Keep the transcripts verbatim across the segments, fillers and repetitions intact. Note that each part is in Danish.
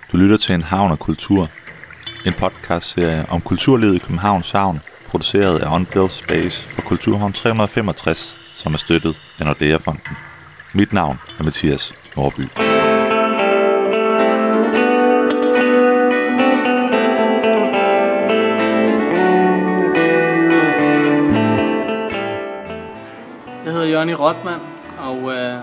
Du lytter til En Havn og Kultur, en podcastserie om kulturlivet i Københavns Havn, produceret af Unbuilt Space for Kulturhavn tre hundrede og femogtres, som er støttet af Nordea-fonden. Mit navn er Mathias Nordby. Jeg hedder Jørgen Rothmann, og øh,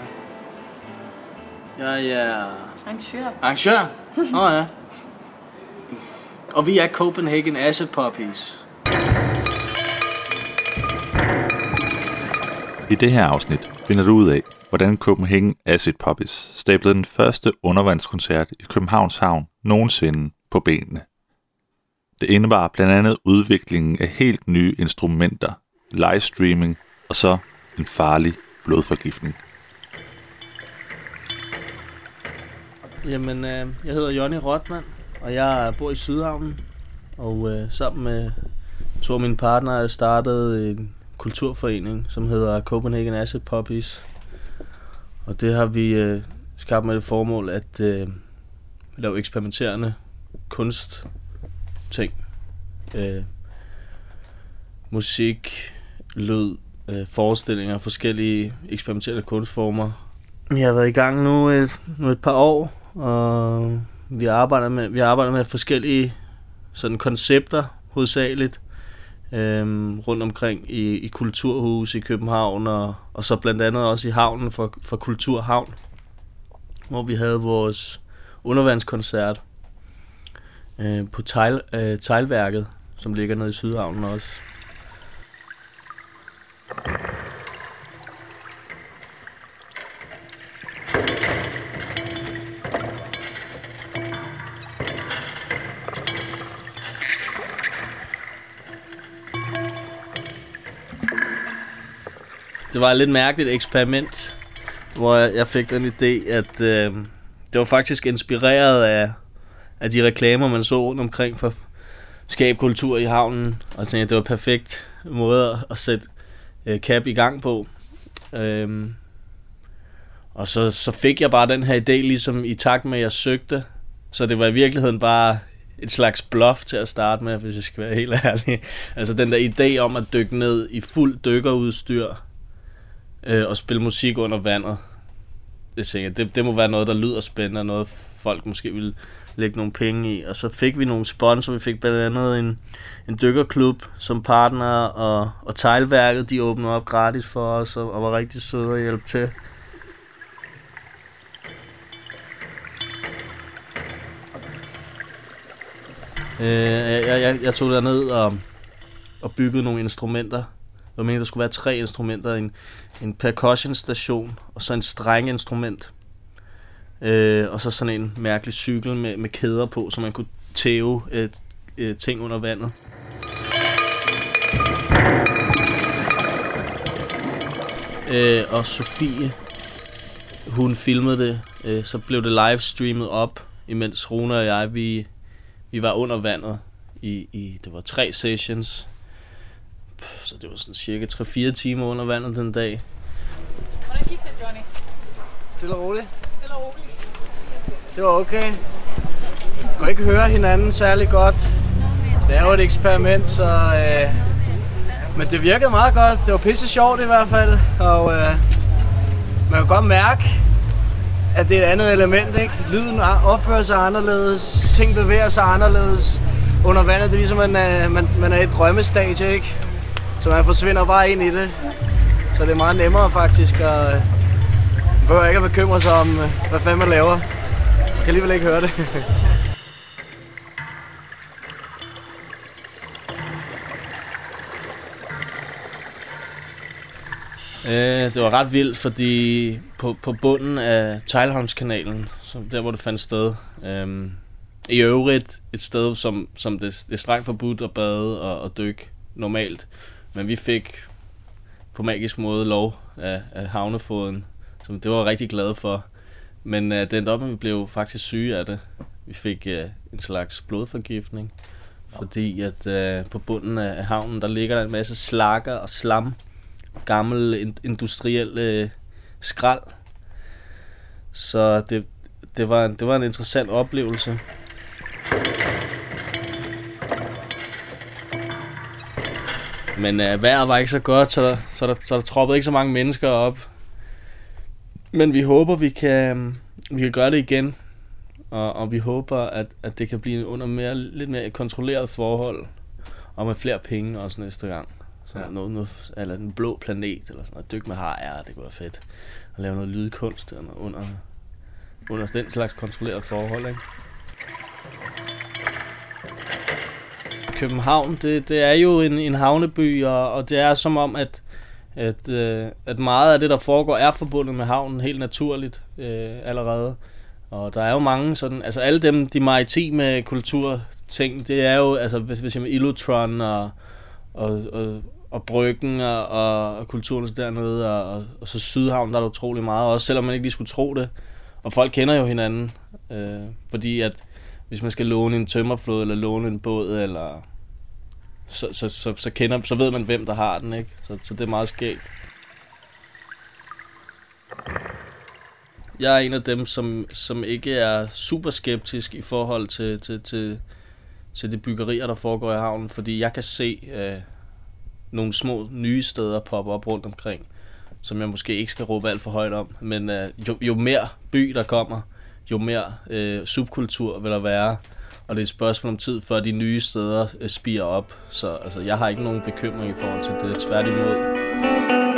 jeg er arrangør. Arrangør? Åh oh, ja. Og vi er Copenhagen Acid Puppies. I det her afsnit finder du ud af, hvordan Copenhagen Acid Puppies stablede den første undervandskoncert i Københavns Havn nogensinde på benene. Det indebar blandt andet udviklingen af helt nye instrumenter, livestreaming og så en farlig blodforgiftning. Jamen, øh, jeg hedder Jørgen Rothmann, og jeg bor i Sydhavnen. Og øh, sammen med to af mine partnere har jeg startet en kulturforening, som hedder Copenhagen Acid Puppies. Og det har vi øh, skabt med det formål at øh, lave eksperimenterende kunstting. Øh, musik, lyd, øh, forestillinger, forskellige eksperimenterende kunstformer. Jeg har været i gang nu et, nu et par år, og vi arbejder med, vi arbejder med forskellige sådan koncepter hovedsageligt øhm, rundt omkring i, i kulturhus i København, og, og så blandt andet også i havnen for, for Kulturhavn, hvor vi havde vores undervandskoncert øh, på Teil, øh, Teglværket, som ligger nede i Sydhavnen også. Det var et lidt mærkeligt eksperiment, hvor jeg fik den idé, at øh, det var faktisk inspireret af, af de reklamer, man så rundt omkring for Skab Kultur i havnen. Og jeg tænkte, at det var en perfekt måde at sætte øh, C A B i gang på. Øhm, og så, så fik jeg bare den her idé, ligesom i takt med, at jeg søgte. Så det var i virkeligheden bare et slags bluff til at starte med, hvis jeg skal være helt ærlig. Altså den der idé om at dykke ned i fuld dykkerudstyr, Øh, og spille musik under vandet. Det, tænker jeg, det, det må være noget, der lyder spændende, og noget folk måske vil lægge nogle penge i. Og så fik vi nogle sponsorer. Vi fik blandt andet en, en dykkerklub som partner, og, og Teglværket, de åbnede op gratis for os, og, og var rigtig søde at hjælpe til. Øh, jeg, jeg, jeg tog derned og, og byggede nogle instrumenter. Jeg mener, der skulle være tre instrumenter. En, en percussion station, og så en strengeinstrument. Øh, og så sådan en mærkelig cykel med, med kæder på, så man kunne tæve et, et ting under vandet. Øh, og Sofie, hun filmede det. Øh, så blev det livestreamet op, imens Rune og jeg, vi, vi var under vandet. I, i, det var tre sessions. Så det var sådan cirka tre fire timer under vandet den dag. Hvordan gik det, Johnny? Stille og roligt. Stille og roligt. Det var okay. Vi kunne ikke høre hinanden særlig godt. Det er jo et eksperiment, så... Øh, men det virkede meget godt. Det var pisse sjovt i hvert fald. Og øh, man kan godt mærke, at det er et andet element, ikke? Lyden opfører sig anderledes. Ting bevæger sig anderledes. Under vandet, det er ligesom, man er, man, man er i et drømmestadie, ikke? Så man forsvinder bare ind i det. Så det er meget nemmere faktisk, og man behøver ikke at bekymre sig om, hvad fanden man laver. Man kan alligevel ikke høre det. øh, det var ret vildt, fordi på, på bunden af Teglholmskanalen, der hvor det fandt sted, øh, i øvrigt et sted, som, som det, det er strengt forbudt at bade og, og dykke normalt. Men vi fik på magisk måde lov af, af havnefoden, som det var jeg rigtig glad for. Men uh, det endte op, at vi blev faktisk syge af det. Vi fik uh, en slags blodforgiftning, fordi at uh, på bunden af havnen, der ligger der en masse slakker og slam, gammel industriel uh, skrald. Så det, det, var, det var en interessant oplevelse. Men øh, vejret var ikke så godt, så der, så, der, så der troppede ikke så mange mennesker op. Men vi håber, vi kan, vi kan gøre det igen. Og, og vi håber, at, at det kan blive under mere, lidt mere kontrolleret forhold. Og med flere penge også næste gang. Så ja. noget, noget, eller en blå planet, eller sådan noget. Dyk med hajer, det kunne være fedt. Og lave noget lydkunst eller under, under den slags kontrolleret forhold, ikke? København, det, det er jo en, en havneby, og, og det er som om, at, at, øh, at meget af det, der foregår, er forbundet med havnen helt naturligt øh, allerede. Og der er jo mange sådan, altså alle dem, de maritime kulturting, det er jo, altså hvis vi siger med Illotron og, og, og, og Bryggen og, og, og kulturen dernede, og, og, og så Sydhavn, der er der utrolig meget, også selvom man ikke lige skulle tro det. Og folk kender jo hinanden, øh, fordi at hvis man skal låne en tømmerflåde eller låne en båd, eller så, så, så, så, kender, så ved man, hvem der har den, ikke? Så, så det er meget skægt. Jeg er en af dem, som, som ikke er super skeptisk i forhold til, til, til, til de byggerier, der foregår i havnen, fordi jeg kan se øh, nogle små nye steder poppe op rundt omkring, som jeg måske ikke skal råbe alt for højt om, men øh, jo, jo mere by der kommer, jo mere øh, subkultur vil der være, og det er et spørgsmål om tid, før de nye steder øh, spirer op. Så altså, jeg har ikke nogen bekymring i forhold til det, tværtimod.